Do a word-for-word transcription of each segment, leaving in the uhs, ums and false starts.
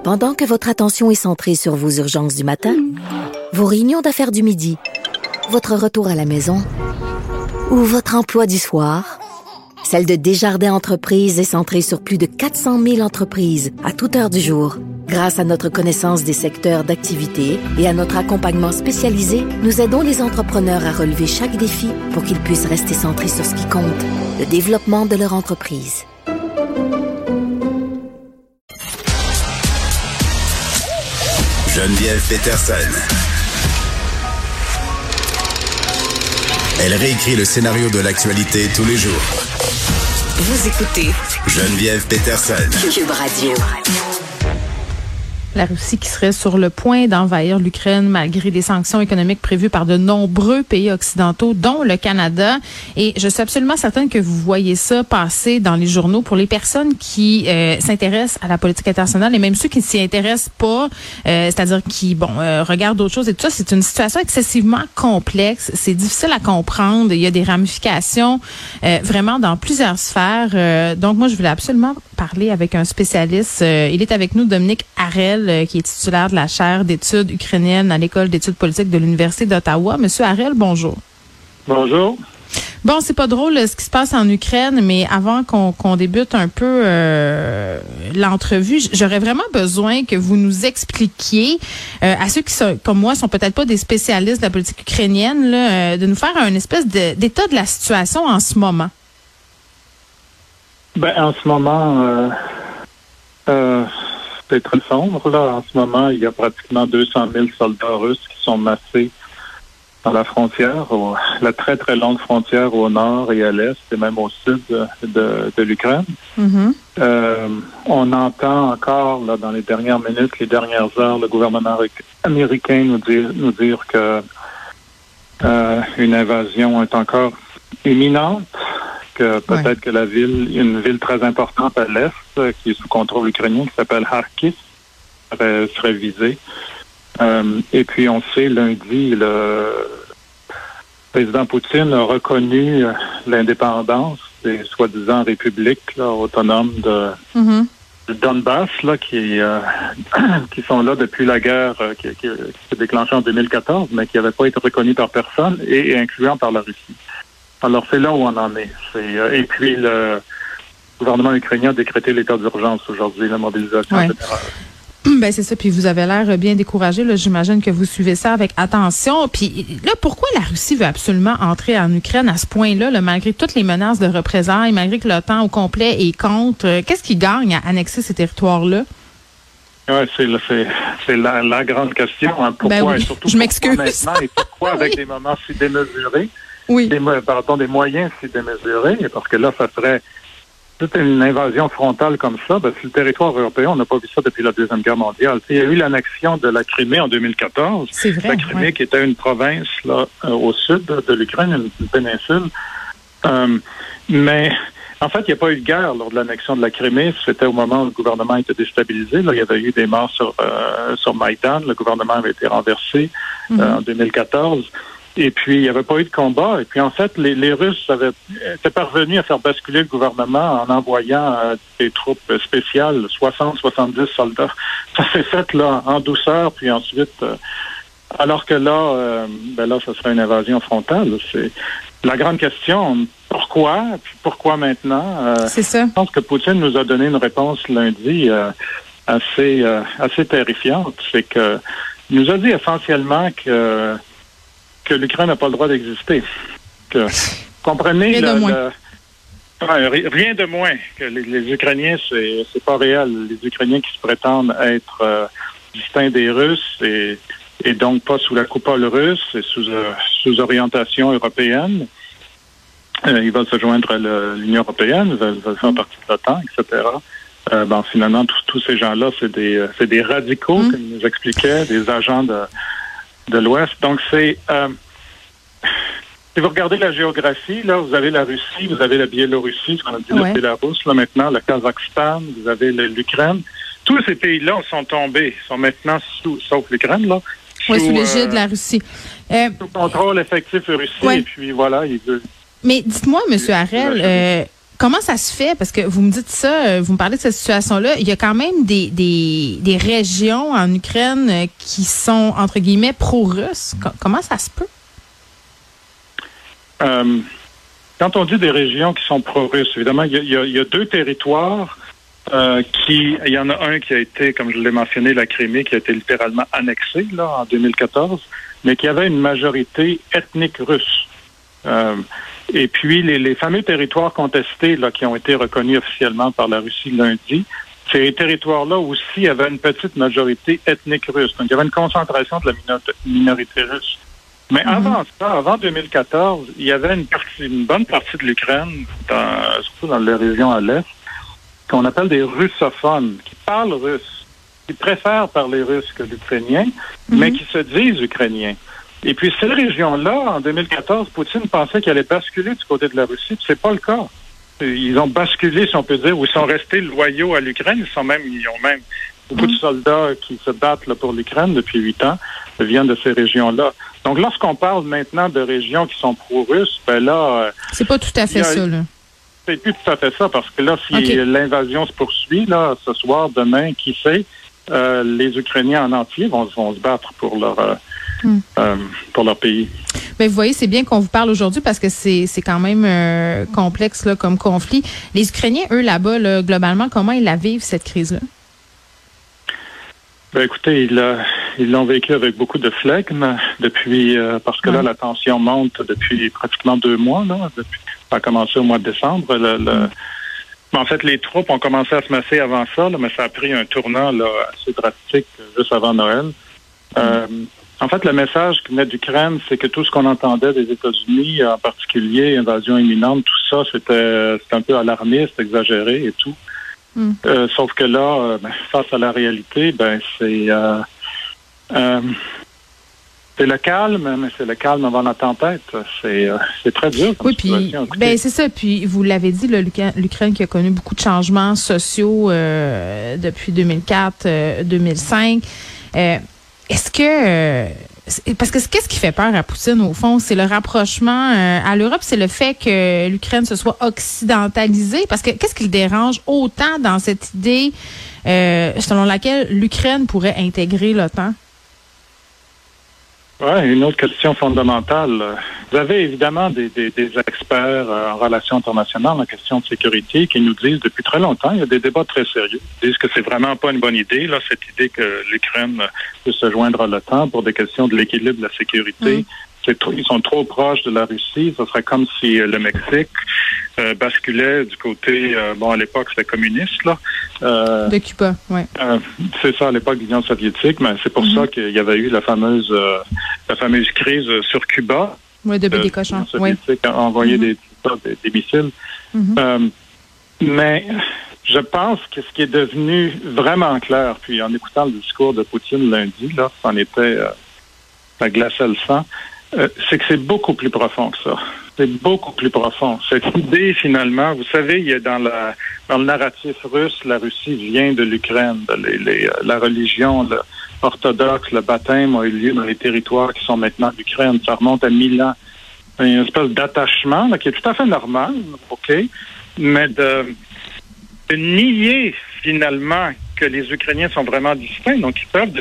Pendant que votre attention est centrée sur vos urgences du matin, vos réunions d'affaires du midi, votre retour à la maison ou votre emploi du soir, celle de Desjardins Entreprises est centrée sur plus de quatre cent mille entreprises à toute heure du jour. Grâce à notre connaissance des secteurs d'activité et à notre accompagnement spécialisé, nous aidons les entrepreneurs à relever chaque défi pour qu'ils puissent rester centrés sur ce qui compte, le développement de leur entreprise. Geneviève Peterson. Elle réécrit le scénario de l'actualité tous les jours. Vous écoutez Geneviève Peterson. Cube Radio. La Russie qui serait sur le point d'envahir l'Ukraine malgré des sanctions économiques prévues par de nombreux pays occidentaux, dont le Canada. Et je suis absolument certaine que vous voyez ça passer dans les journaux. Pour les personnes qui euh, s'intéressent à la politique internationale et même ceux qui ne s'y intéressent pas, euh, c'est-à-dire qui bon euh, regardent d'autres choses et tout ça, c'est une situation excessivement complexe. C'est difficile à comprendre. Il y a des ramifications euh, vraiment dans plusieurs sphères. Euh, donc moi, je voulais absolument parler avec un spécialiste. Euh, il est avec nous, Dominique Harel, qui est titulaire de la chaire d'études ukrainiennes à l'École d'études politiques de l'Université d'Ottawa. Monsieur Harel, bonjour. Bonjour. Bon, c'est pas drôle ce qui se passe en Ukraine, mais avant qu'on, qu'on débute un peu euh, l'entrevue, j'aurais vraiment besoin que vous nous expliquiez, euh, à ceux qui sont, comme moi, sont peut-être pas des spécialistes de la politique ukrainienne, là, euh, de nous faire un espèce de, d'état de la situation en ce moment. Ben, en ce moment... Euh, euh... C'est très sombre, là. En ce moment, il y a pratiquement deux cent mille soldats russes qui sont massés dans la frontière, au, la très, très longue frontière au nord et à l'est, et même au sud de, de, de l'Ukraine. Mm-hmm. Euh, on entend encore, là, dans les dernières minutes, les dernières heures, le gouvernement américain nous dire, nous dire que euh, une invasion est encore imminente, que peut-être ouais. que la ville, une ville très importante à l'est, qui est sous contrôle ukrainien, qui s'appelle Kharkiv, serait, serait visée. Euh, et puis on sait, lundi, le président Poutine a reconnu l'indépendance des soi-disant républiques là, autonomes de, mm-hmm. de Donbass, là, qui, euh, qui sont là depuis la guerre euh, qui, qui, qui s'est déclenchée en deux mille quatorze, mais qui n'avaient pas été reconnus par personne, et, et incluant par la Russie. Alors, c'est là où on en est. C'est, euh, et puis, le gouvernement ukrainien a décrété l'état d'urgence aujourd'hui, la mobilisation ouais. générale. Ben c'est ça, puis vous avez l'air bien découragé. Là, j'imagine que vous suivez ça avec attention. Puis là, pourquoi la Russie veut absolument entrer en Ukraine à ce point-là, là, malgré toutes les menaces de représailles, malgré que l'OTAN au complet est contre? Qu'est-ce qui gagne à annexer ces territoires-là? Oui, c'est, c'est, c'est la, la grande question. Hein. Pourquoi, ben oui, et surtout je m'excuse. Maintenant, et pourquoi avec oui. des moments si démesurés? Oui. Des, pardon, des moyens si démesurés, parce que là, ça serait toute une invasion frontale comme ça. Ben, sur le territoire européen, on n'a pas vu ça depuis la Deuxième Guerre mondiale. Il y a eu l'annexion de la Crimée en deux mille quatorze. C'est vrai, la Crimée ouais. qui était une province là euh, au sud de l'Ukraine, une, une péninsule. Euh, mais en fait, il n'y a pas eu de guerre lors de l'annexion de la Crimée. C'était au moment où le gouvernement était déstabilisé. Là, il y avait eu des morts sur, euh, sur Maïdan. Le gouvernement avait été renversé mm-hmm. euh, en deux mille quatorze. Et puis, il n'y avait pas eu de combat. Et puis, en fait, les, les Russes avaient, étaient parvenus à faire basculer le gouvernement en envoyant euh, des troupes spéciales, soixante, soixante-dix soldats. Ça s'est fait, là, en douceur. Puis ensuite, euh, alors que là, euh, ben là, ça serait une invasion frontale. C'est la grande question. Pourquoi? Puis pourquoi maintenant? Euh, C'est ça. Je pense que Poutine nous a donné une réponse lundi euh, assez, euh, assez terrifiante. C'est que il nous a dit essentiellement que que l'Ukraine n'a pas le droit d'exister. Que, comprenez, rien, le, de moins. Le, ouais, rien de moins que les, les Ukrainiens, c'est, c'est pas réel. Les Ukrainiens qui se prétendent être euh, distincts des Russes et, et donc pas sous la coupole russe et sous, euh, sous orientation européenne. Euh, ils veulent se joindre à le, l'Union européenne, ils veulent, veulent faire partie de l'OTAN, et cetera. Euh, ben, finalement, tous ces gens-là, c'est des, c'est des radicaux, mm. comme ils nous expliquaient, des agents de de l'Ouest. Donc, c'est... Euh, si vous regardez la géographie, là, vous avez la Russie, vous avez la Biélorussie, ce qu'on a dit ouais. le Bélarus, là, maintenant, le Kazakhstan, vous avez le, l'Ukraine. Tous ces pays-là sont tombés, sont maintenant sous, sauf l'Ukraine, là. Oui, sous, sous l'égide euh, de la Russie. Euh, sous contrôle effectif russe, ouais. et puis voilà, il veut... Mais dites-moi, M. Harel, euh, Comment ça se fait? Parce que vous me dites ça, vous me parlez de cette situation-là. Il y a quand même des, des, des régions en Ukraine qui sont, entre guillemets, pro-russes. Comment ça se peut? Euh, quand on dit des régions qui sont pro-russes, évidemment, il y a, il y a, il y a deux territoires euh, qui... Il y en a un qui a été, comme je l'ai mentionné, la Crimée, qui a été littéralement annexée là, en deux mille quatorze, mais qui avait une majorité ethnique russe. Euh, et puis, les, les fameux territoires contestés là, qui ont été reconnus officiellement par la Russie lundi, ces territoires-là aussi avaient une petite majorité ethnique russe. Donc, il y avait une concentration de la minor- minorité russe. Mais mm-hmm. avant ça, avant deux mille quatorze, il y avait une, partie, une bonne partie de l'Ukraine, dans, surtout dans les régions à l'est, qu'on appelle des russophones, qui parlent russe, qui préfèrent parler russe que l'ukrainien, mm-hmm. mais qui se disent ukrainiens. Et puis, ces régions-là, en deux mille quatorze, Poutine pensait qu'elle allait basculer du côté de la Russie, puis c'est pas le cas. Ils ont basculé, si on peut dire, ou ils sont restés loyaux à l'Ukraine. Ils sont même, ils ont même beaucoup de soldats qui se battent là, pour l'Ukraine depuis huit ans, viennent de ces régions-là. Donc, lorsqu'on parle maintenant de régions qui sont pro-russes, ben là... C'est pas tout à fait a, ça, là. C'est plus tout à fait ça, parce que là, si okay. l'invasion se poursuit, là, ce soir, demain, qui sait, euh, les Ukrainiens en entier vont, vont se battre pour leur... Euh, Hmm. Euh, pour leur pays. Mais vous voyez, c'est bien qu'on vous parle aujourd'hui parce que c'est c'est quand même euh, complexe là, comme conflit. Les Ukrainiens, eux, là-bas, là, globalement, comment ils la vivent, cette crise-là? Ben, écoutez, ils, euh, ils l'ont vécu avec beaucoup de flegme depuis, euh, parce que ouais. là, la tension monte depuis pratiquement deux mois. Là, depuis, ça a commencé au mois de décembre. Le, le, hmm. En fait, les troupes ont commencé à se masser avant ça, là, mais ça a pris un tournant là, assez drastique juste avant Noël. Hmm. Euh, En fait, le message qui venait d'Ukraine, c'est que tout ce qu'on entendait des États-Unis, en particulier invasion imminente, tout ça, c'était, c'était un peu alarmiste, exagéré et tout. Mm. Euh, sauf que là, ben, face à la réalité, ben c'est euh, euh, c'est le calme, mais c'est le calme avant la tempête. C'est euh, c'est très dur. Comme oui, puis ben c'est ça. Puis vous l'avez dit, là, l'Ukraine qui a connu beaucoup de changements sociaux euh, depuis deux mille quatre, euh, deux mille cinq. Euh, Est-ce que euh, parce que qu'est-ce qui fait peur à Poutine au fond, c'est le rapprochement euh, à l'Europe, c'est le fait que l'Ukraine se soit occidentalisée. Parce que qu'est-ce qui le dérange autant dans cette idée euh, selon laquelle l'Ukraine pourrait intégrer l'OTAN? Oui, une autre question fondamentale. Vous avez évidemment des, des, des experts euh, en relations internationales, en question de sécurité, qui nous disent depuis très longtemps, il y a des débats très sérieux, ils disent que c'est vraiment pas une bonne idée, là, cette idée que l'Ukraine peut se joindre à l'OTAN pour des questions de l'équilibre de la sécurité. Mmh. C'est trop, ils sont trop proches de la Russie. Ce serait comme si euh, le Mexique euh, basculait du côté, euh, bon, à l'époque, c'était communiste, là. Euh, de Cuba, oui. Euh, c'est ça, à l'époque de l'Union soviétique, mais c'est pour mm-hmm. ça qu'il y avait eu la fameuse euh, la fameuse crise sur Cuba. Oui, de des cochons. L'Union soviétique oui. a envoyé mm-hmm. des, des, des missiles. Mm-hmm. Euh, mais je pense que ce qui est devenu vraiment clair, puis en écoutant le discours de Poutine lundi, là, c'en était, euh, ça glaçait le sang, Euh, c'est que c'est beaucoup plus profond que ça. C'est beaucoup plus profond. Cette idée, finalement, vous savez, il y a dans la dans le narratif russe, la Russie vient de l'Ukraine. Les, les, la religion le, orthodoxe, le baptême a eu lieu dans les territoires qui sont maintenant l'Ukraine. Ça remonte à mille ans. Il y a une espèce d'attachement là, qui est tout à fait normal, OK, mais de, de nier, finalement, que les Ukrainiens sont vraiment distincts. Donc, ils peuvent... De,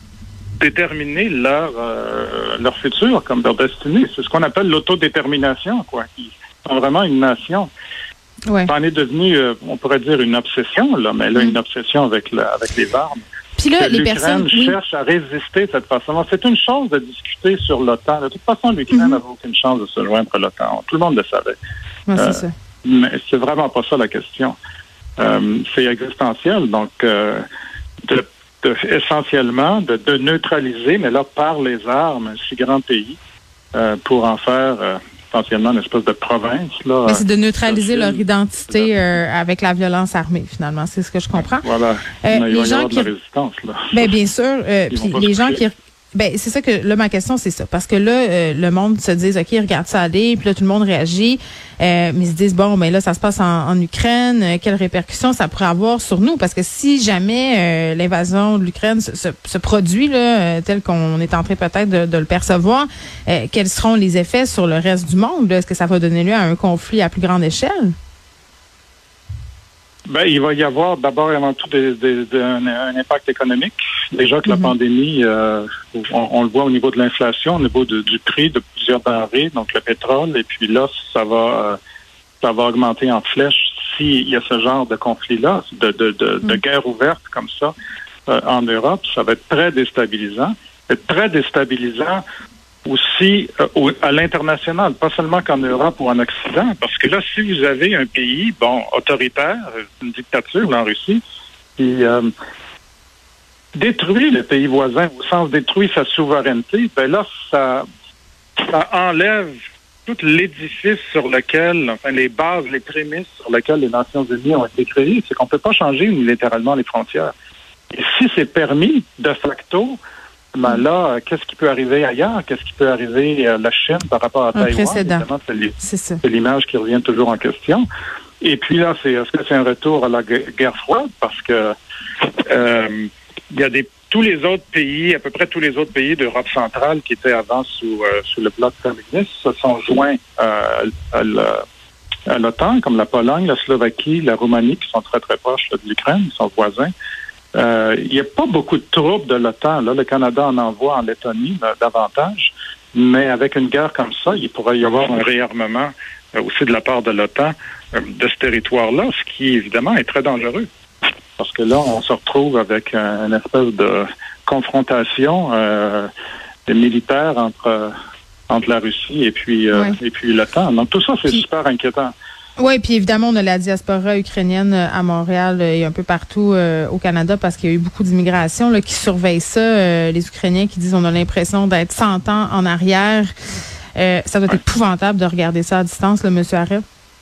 déterminer leur euh, leur futur, comme leur destinée. C'est ce qu'on appelle l'autodétermination, quoi. Ils sont vraiment une nation. Ouais. Ça en est devenu, euh, on pourrait dire, une obsession, là, mais là, mm. une obsession avec, la, avec les armes. Puis là, que les l'Ukraine personnes oui. cherche à résister de cette façon. C'est une chose de discuter sur l'OTAN. De toute façon, l'Ukraine n'avait mm-hmm. aucune chance de se joindre à l'OTAN. Tout le monde le savait. Ouais, euh, c'est ça. Mais c'est vraiment pas ça la question. Euh, c'est existentiel. Donc, euh, de De, essentiellement de, de neutraliser, mais là, par les armes, un si grand pays, euh, pour en faire euh, essentiellement une espèce de province. Là, mais c'est de neutraliser leur identité euh, avec la violence armée, finalement. C'est ce que je comprends. Voilà. Euh, mais les il va y gens avoir qui... de la résistance. Là. Ben, bien sûr. Euh, puis les gens qui... Ben, c'est ça que, là, ma question, c'est ça. Parce que là, euh, le monde se dit, OK, regarde ça aller, puis là, tout le monde réagit. Euh, mais ils se disent, bon, ben là, ça se passe en, en Ukraine. Euh, quelles répercussions ça pourrait avoir sur nous? Parce que si jamais euh, l'invasion de l'Ukraine se, se, se produit, là, euh, tel qu'on est en train peut-être de, de le percevoir, euh, quels seront les effets sur le reste du monde? Là? Est-ce que ça va donner lieu à un conflit à plus grande échelle? Ben, il va y avoir d'abord et avant tout des, des, des, un, un impact économique. Déjà que mm-hmm. la pandémie, euh, on, on le voit au niveau de l'inflation, au niveau de, du prix de plusieurs denrées, donc le pétrole, et puis là, ça va, euh, ça va augmenter en flèche s'il y a ce genre de conflit-là, de, de, de, mm. de guerre ouverte comme ça euh, en Europe. Ça va être très déstabilisant. C'est très déstabilisant aussi euh, au, à l'international, pas seulement qu'en Europe ou en Occident, parce que là, si vous avez un pays, bon, autoritaire, une dictature là, en Russie, qui euh, détruit le pays voisin, au sens détruit sa souveraineté, ben là, ça, ça enlève tout l'édifice sur lequel, enfin les bases, les prémices sur lesquelles les Nations Unies ont été créées. C'est qu'on ne peut pas changer unilatéralement les frontières. Et si c'est permis, de facto, ben là, qu'est-ce qui peut arriver ailleurs? Qu'est-ce qui peut arriver à la Chine par rapport à Taïwan? Précédent. C'est, c'est, c'est l'image qui revient toujours en question. Et puis là, c'est, est-ce que c'est un retour à la guerre froide? Parce que euh, il y a des tous les autres pays, à peu près tous les autres pays d'Europe centrale qui étaient avant sous euh, sous le bloc communiste, se sont joints euh, à, la, à l'OTAN, comme la Pologne, la Slovaquie, la Roumanie, qui sont très très proches là, de l'Ukraine, ils sont voisins. Euh, il n'y a pas beaucoup de troupes de l'OTAN. Là, le Canada en envoie en Lettonie là, davantage, mais avec une guerre comme ça, il pourrait y avoir un réarmement euh, aussi de la part de l'OTAN euh, de ce territoire-là, ce qui, évidemment, est très dangereux. Parce que là, on se retrouve avec un, une espèce de confrontation euh, militaire entre, entre la Russie et puis, euh, oui. et puis l'OTAN. Donc, tout ça, c'est puis... super inquiétant. Oui, puis évidemment, on a la diaspora ukrainienne à Montréal et un peu partout euh, au Canada parce qu'il y a eu beaucoup d'immigration là, qui surveillent ça. Euh, les Ukrainiens qui disent on a l'impression d'être cent ans en arrière. Euh, ça doit être ouais. épouvantable de regarder ça à distance, là, M. Arel.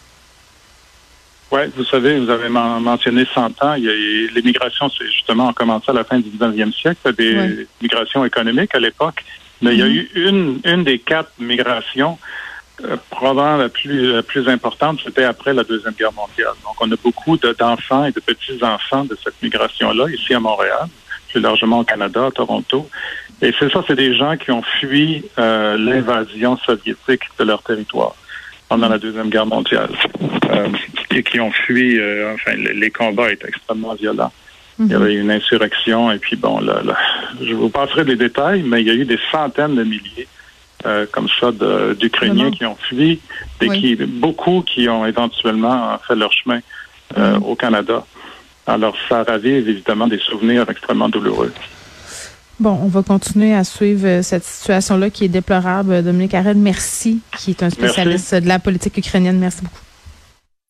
Oui, vous savez, vous avez men- mentionné cent ans. Il y a, l'immigration, c'est justement, a commencé à la fin du dix-neuvième siècle. Il y a des ouais. migrations économiques à l'époque. Mais mm-hmm. il y a eu une, une des quatre migrations Euh, probablement la plus la plus importante, c'était après la Deuxième Guerre mondiale. Donc, on a beaucoup de, d'enfants et de petits-enfants de cette migration-là, ici à Montréal, plus largement au Canada, à Toronto. Et c'est ça, c'est des gens qui ont fui euh, l'invasion soviétique de leur territoire pendant la Deuxième Guerre mondiale. Euh, et qui ont fui, euh, enfin, les, les combats étaient extrêmement violents. Mm-hmm. Il y avait une insurrection, et puis bon, là, là, je vous passerai des détails, mais il y a eu des centaines de milliers Euh, comme ça, de, d'Ukrainiens qui ont fui, et oui. qui, beaucoup qui ont éventuellement fait leur chemin euh, mmh. au Canada. Alors, ça ravive évidemment des souvenirs extrêmement douloureux. Bon, on va continuer à suivre cette situation-là qui est déplorable. Dominique Arel, merci, qui est un spécialiste merci. de la politique ukrainienne. Merci beaucoup.